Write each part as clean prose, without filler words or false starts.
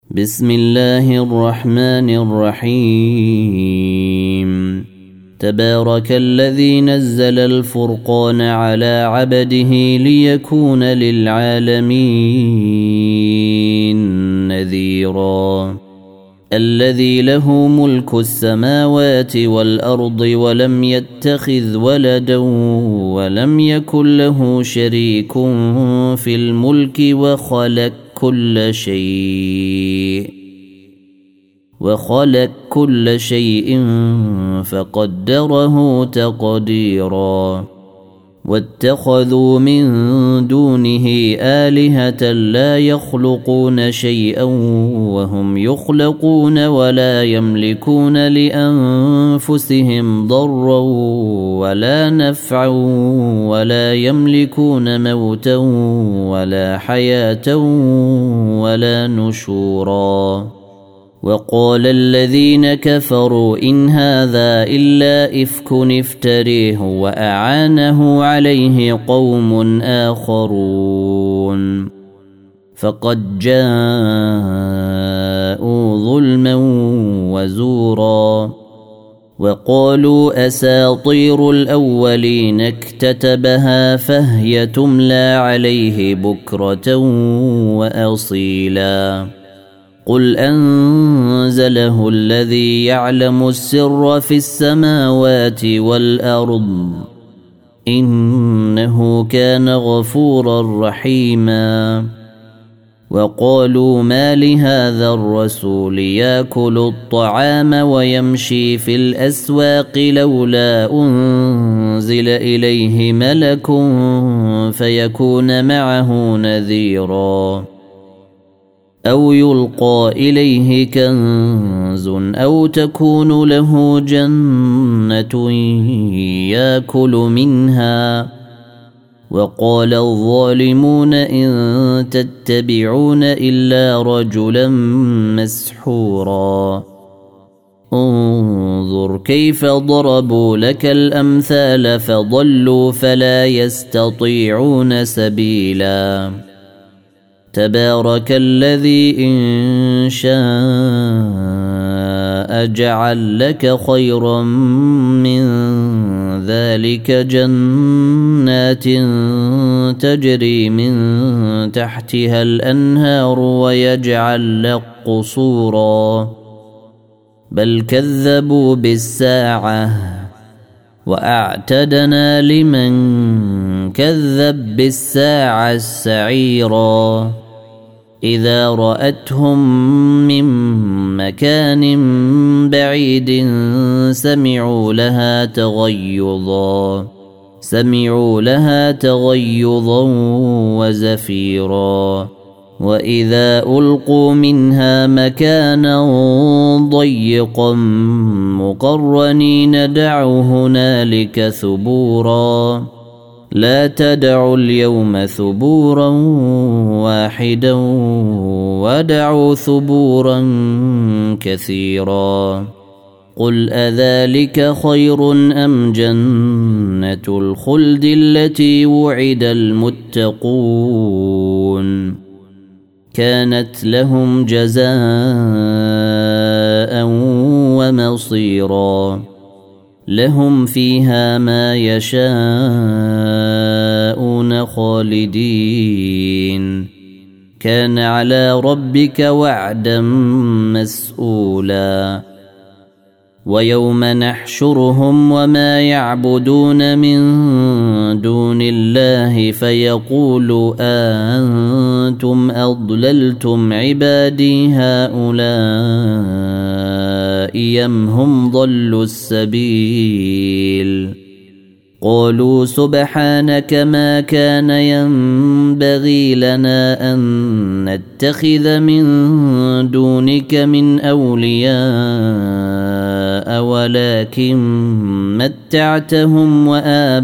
بسم الله الرحمن الرحيم. تبارك الذي نزل الفرقان على عبده ليكون للعالمين نذيرا. الذي له ملك السماوات والأرض ولم يتخذ ولدا ولم يكن له شريك في الملك وخلق كل شيء فقدره تقديرا. واتخذوا من دونه آلهة لا يخلقون شيئا وهم يخلقون ولا يملكون لأنفسهم ضرا ولا نفعا ولا يملكون موتا ولا حياة ولا نشورا. وقال الذين كفروا إن هذا إلا إفك افتريه وأعانه عليه قوم آخرون فقد جاءوا ظلما وزورا. وقالوا أساطير الأولين اكتتبها فهي تملى عليه بكرة وأصيلا. قل أنزله الذي يعلم السر في السماوات والأرض إنه كان غفورا رحيما. وقالوا ما لهذا الرسول يأكل الطعام ويمشي في الأسواق لولا أنزل إليه ملك فيكون معه نذيرا. أو يلقى إليه كنز أو تكون له جنة يأكل منها. وقال الظالمون إن تتبعون إلا رجلا مسحورا. انظر كيف ضربوا لك الأمثال فضلوا فلا يستطيعون سبيلا. تبارك الذي إن شاء جعل لك خيرا من ذلك جنات تجري من تحتها الأنهار ويجعل لك قصورا. بل كذبوا بالساعة وأعتدنا لمن كذب بالساعة السعيرا. إذا رأتهم من مكان بعيد سمعوا لها تغيظا وزفيرا. وإذا ألقوا منها مكانا ضيقا مقرنين دعوا هنالك ثبورا. لا تدعوا اليوم ثبورا واحدا ودعوا ثبورا كثيرا. قل أذلك خير أم جنة الخلد التي وعد المتقون كانت لهم جزاء ومصيرا. لهم فيها ما يشاءون خالدين كان على ربك وعدا مسؤولا. ويوم نحشرهم وما يعبدون من دون الله فيقول أنتم أضللتم عبادي هؤلاء أم هم ضلوا السبيل. قالوا سبحانك ما كان ينبغي لنا أن نتخذ من دونك من أولياء ولكن متعتهم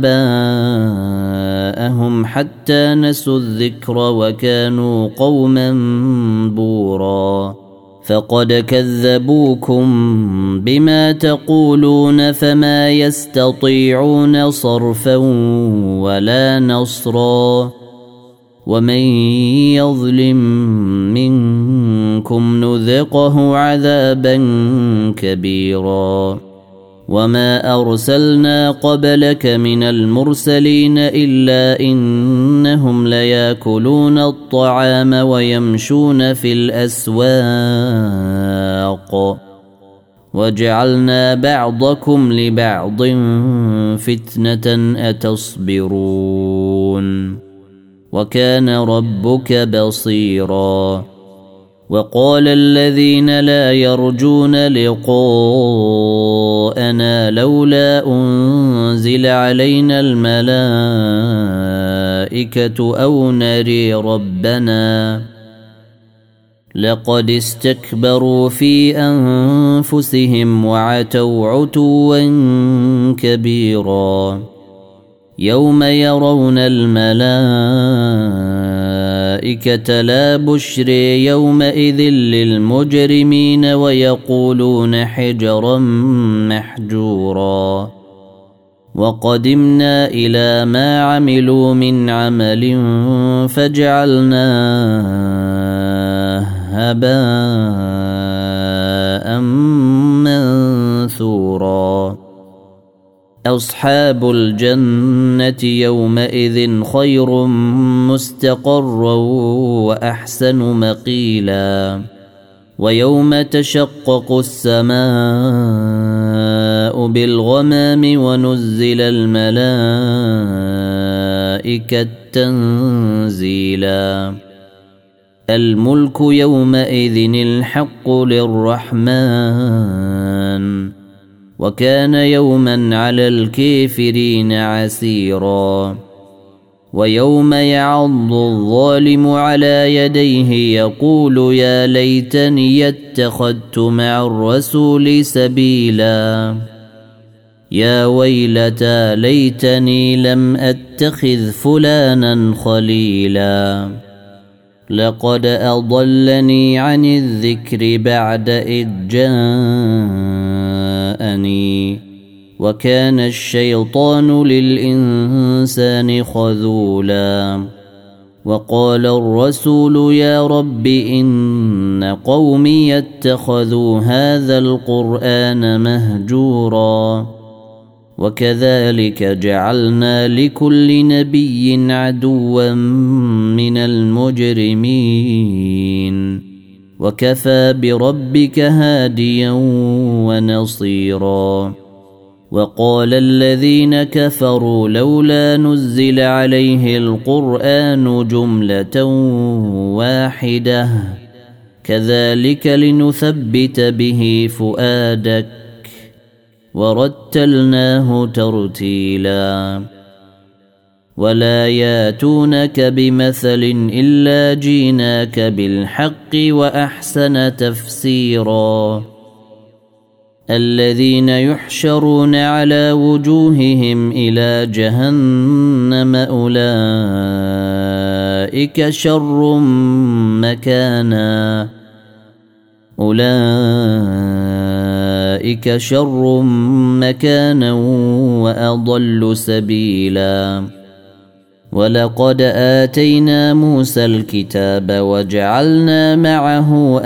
وآباءهم حتى نسوا الذكر وكانوا قوما بورا. فقد كذبوكم بما تقولون فما يستطيعون صرفا ولا نصرا. ومن يظلم منكم نذقه عذابا كبيرا وما أرسلنا قبلك من المرسلين إلا إنهم ليأكلون الطعام ويمشون في الأسواق وجعلنا بعضكم لبعض فتنة أتصبرون وكان ربك بصيرا وقال الذين لا يرجون لقاءنا لولا أنزل علينا الملائكة أو نري ربنا لقد استكبروا في أنفسهم وعتوا عتوا كبيرا يوم يرون الملائكة لا بشر يومئذ للمجرمين ويقولون حجرا محجورا وقدمنا إلى ما عملوا من عمل فجعلناه هباء منثورا أصحاب الجنة يومئذ خير مستقرا وأحسن مقيلا ويوم تشقق السماء بالغمام ونزل الملائكة تنزيلا الملك يومئذ الحق للرحمن وكان يوما على الكافرين عسيرا ويوم يعض الظالم على يديه يقول يا ليتني اتخذت مع الرسول سبيلا يا ويلتى ليتني لم اتخذ فلانا خليلا لقد أضلني عن الذكر بعد إذ جاءني وكان الشيطان للإنسان خذولا وقال الرسول يا رب إن قومي اتخذوا هذا القرآن مهجورا وكذلك جعلنا لكل نبي عدوا من المجرمين وكفى بربك هاديا ونصيرا وقال الذين كفروا لولا نزل عليه القرآن جملة واحدة كذلك لنثبت به فؤادك ورتلناه ترتيلا ولا ياتونك بمثل إلا جيناك بالحق وأحسن تفسيرا الذين يحشرون على وجوههم إلى جهنم أولئك شر مكانا وأضل سبيلا ولقد آتينا موسى الكتاب وجعلنا معه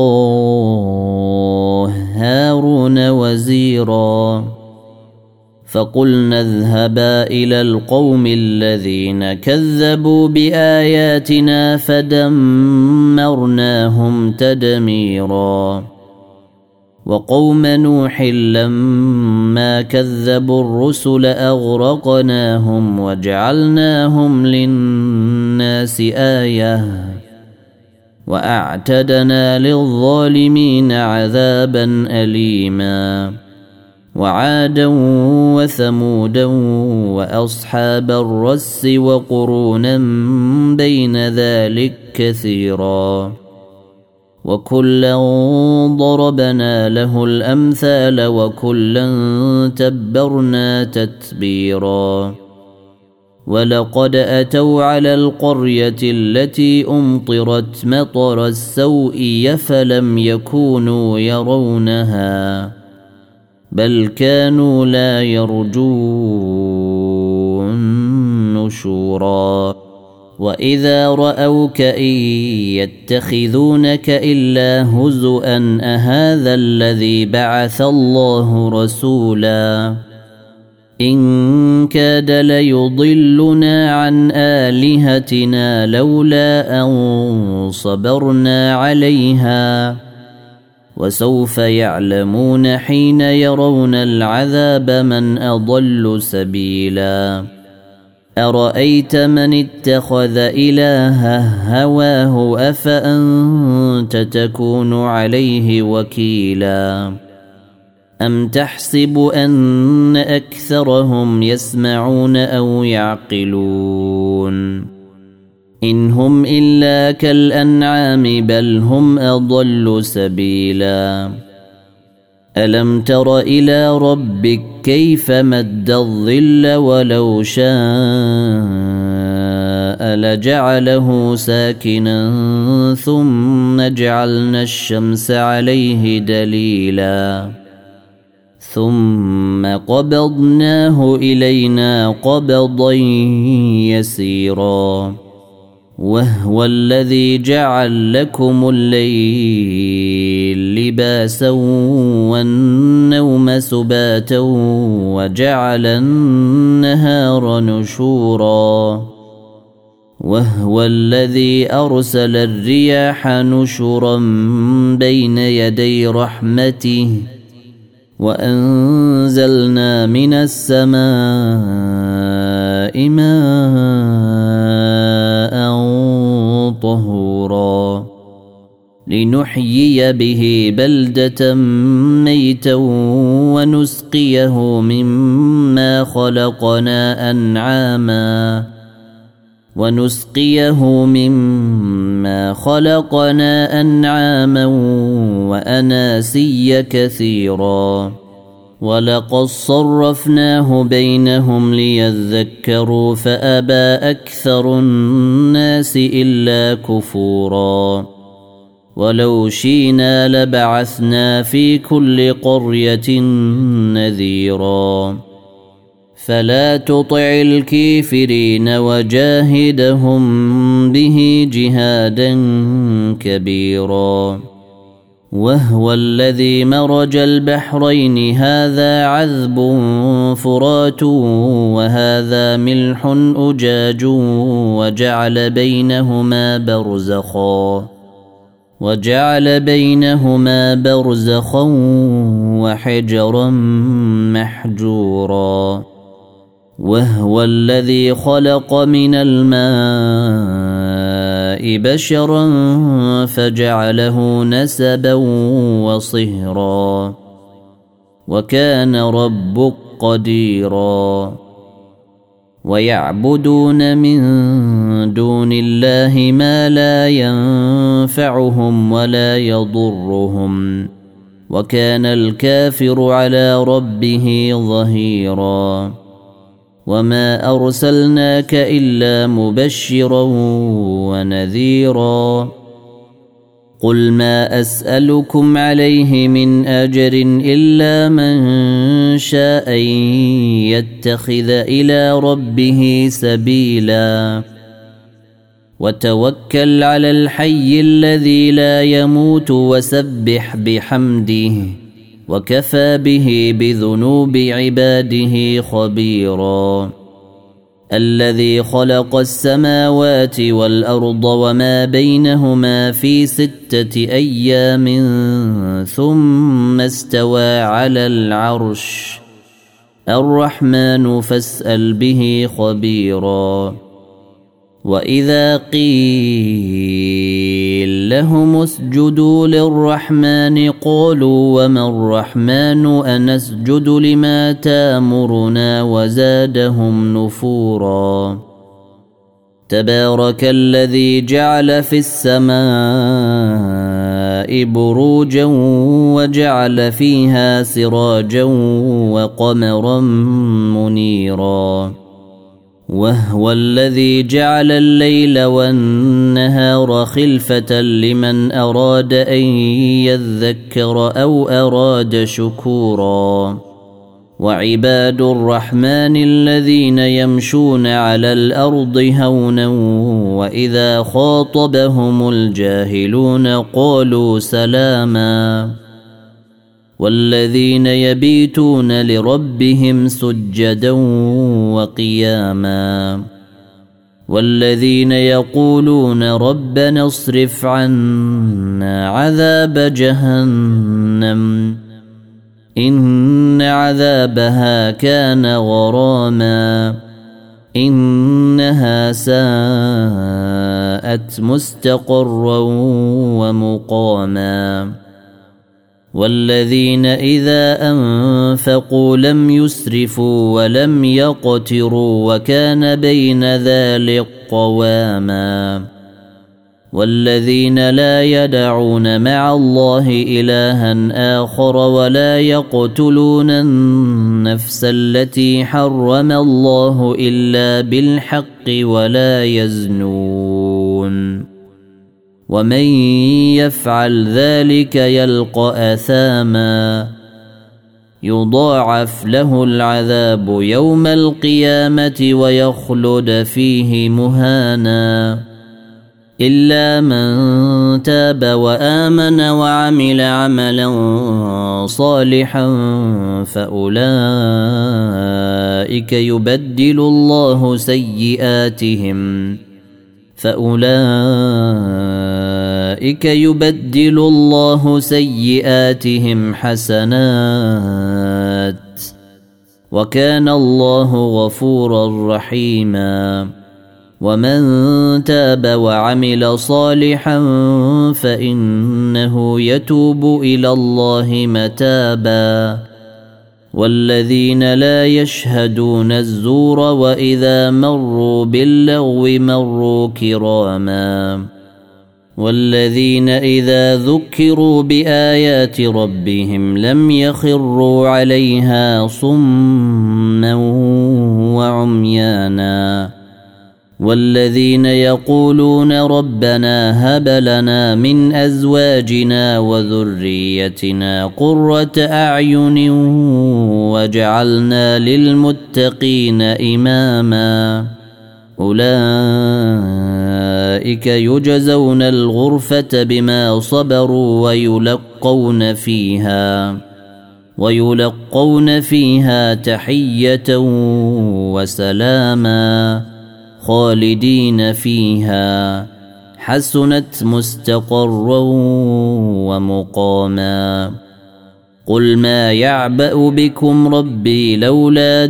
أخاه هارون وزيرا فقلنا اذهبا إلى القوم الذين كذبوا بآياتنا فدمرناهم تدميرا وقوم نوح لما كذبوا الرسل أغرقناهم وجعلناهم للناس آية وأعتدنا للظالمين عذابا أليما وعادا وثمودا وأصحاب الرس وقرونا بين ذلك كثيرا وكلا ضربنا له الأمثال وكلا تبرنا تتبيرا ولقد أتوا على القرية التي أمطرت مطر السوء فلم يكونوا يرونها بل كانوا لا يرجون نشورا وإذا رأوك إن يتخذونك إلا هزؤا أهذا الذي بعث الله رسولا إن كاد ليضلنا عن آلهتنا لولا أن صبرنا عليها وسوف يعلمون حين يرون العذاب من أضل سبيلا أرأيت من اتخذ إلهه هواه أفأنت تكون عليه وكيلا أم تحسب أن أكثرهم يسمعون أو يعقلون إن هم إلا كالأنعام بل هم أضل سبيلا ألم تر إلى ربك كيف مد الظل ولو شاء لجعله ساكنا ثم جعلنا الشمس عليه دليلا ثم قبضناه إلينا قبضا يسيرا وهو الذي جعل لكم الليل لباسا والنوم سباتا وجعل النهار نشورا وهو الذي أرسل الرياح نشرا بين يدي رحمته وأنزلنا من السماء ماء طهورا لنحيي به بلدة ميتا ونسقيه مما خلقنا أنعاما وأناسيا كثيرا ولقد صرفناه بينهم ليذكروا فأبى أكثر الناس إلا كفورا ولو شئنا لبعثنا في كل قرية نذيرا فلا تطع الكافرين وجاهدهم به جهادا كبيرا وهو الذي مرج البحرين هذا عذب فرات وهذا ملح أجاج وجعل بينهما برزخا وحجرا محجورا وهو الذي خلق من الماء بشرا فجعله نسبا وصهرا وكان ربك قديرا ويعبدون من دون الله ما لا ينفعهم ولا يضرهم وكان الكافر على ربه ظهيرا وما أرسلناك إلا مبشرا ونذيرا قل ما أسألكم عليه من أجر إلا من شاء يتخذ إلى ربه سبيلا وتوكل على الحي الذي لا يموت وسبح بحمده وكفى به بذنوب عباده خبيرا الذي خلق السماوات والأرض وما بينهما في 6 أيام ثم استوى على العرش الرحمن فاسأل به خبيرا وإذا قيل لهم اسجدوا للرحمن قالوا وما الرحمن أنسجد لما تامرنا وزادهم نفورا تبارك الذي جعل في السماء بروجا وجعل فيها سراجا وقمرا منيرا وهو الذي جعل الليل والنهار خلفة لمن أراد أن يذكر أو أراد شكورا وعباد الرحمن الذين يمشون على الأرض هونا وإذا خاطبهم الجاهلون قالوا سلاما والذين يبيتون لربهم سجدا وقياما والذين يقولون ربنا اصرف عنا عذاب جهنم إن عذابها كان غراما إنها ساءت مستقرا ومقاما والذين إذا أنفقوا لم يسرفوا ولم يقتروا وكان بين ذلك قواما والذين لا يدعون مع الله إلها آخر ولا يقتلون النفس التي حرم الله إلا بالحق ولا يزنون ومن يفعل ذلك يلقى أثاما يضاعف له العذاب يوم القيامة ويخلد فيه مهانا إلا من تاب وآمن وعمل عملا صالحا فأولئك يبدل الله سيئاتهم حسنات وكان الله غفورا رحيما ومن تاب وعمل صالحا فإنه يتوب إلى الله متابا والذين لا يشهدون الزور وإذا مروا باللغو مروا كراما والذين إذا ذكروا بآيات ربهم لم يخروا عليها صما وعميانا والذين يقولون ربنا هب لنا من أزواجنا وذريتنا قرة أعين واجعلنا للمتقين إماما أولئك يجزون الغرفة بما صبروا ويلقون فيها تحية وسلاما خالدين فيها حسنت مستقرا ومقاما قل ما يعبأ بكم ربي لولا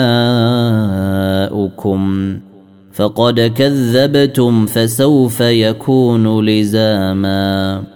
دعاؤكم فقد كذبتم فسوف يكون لزاما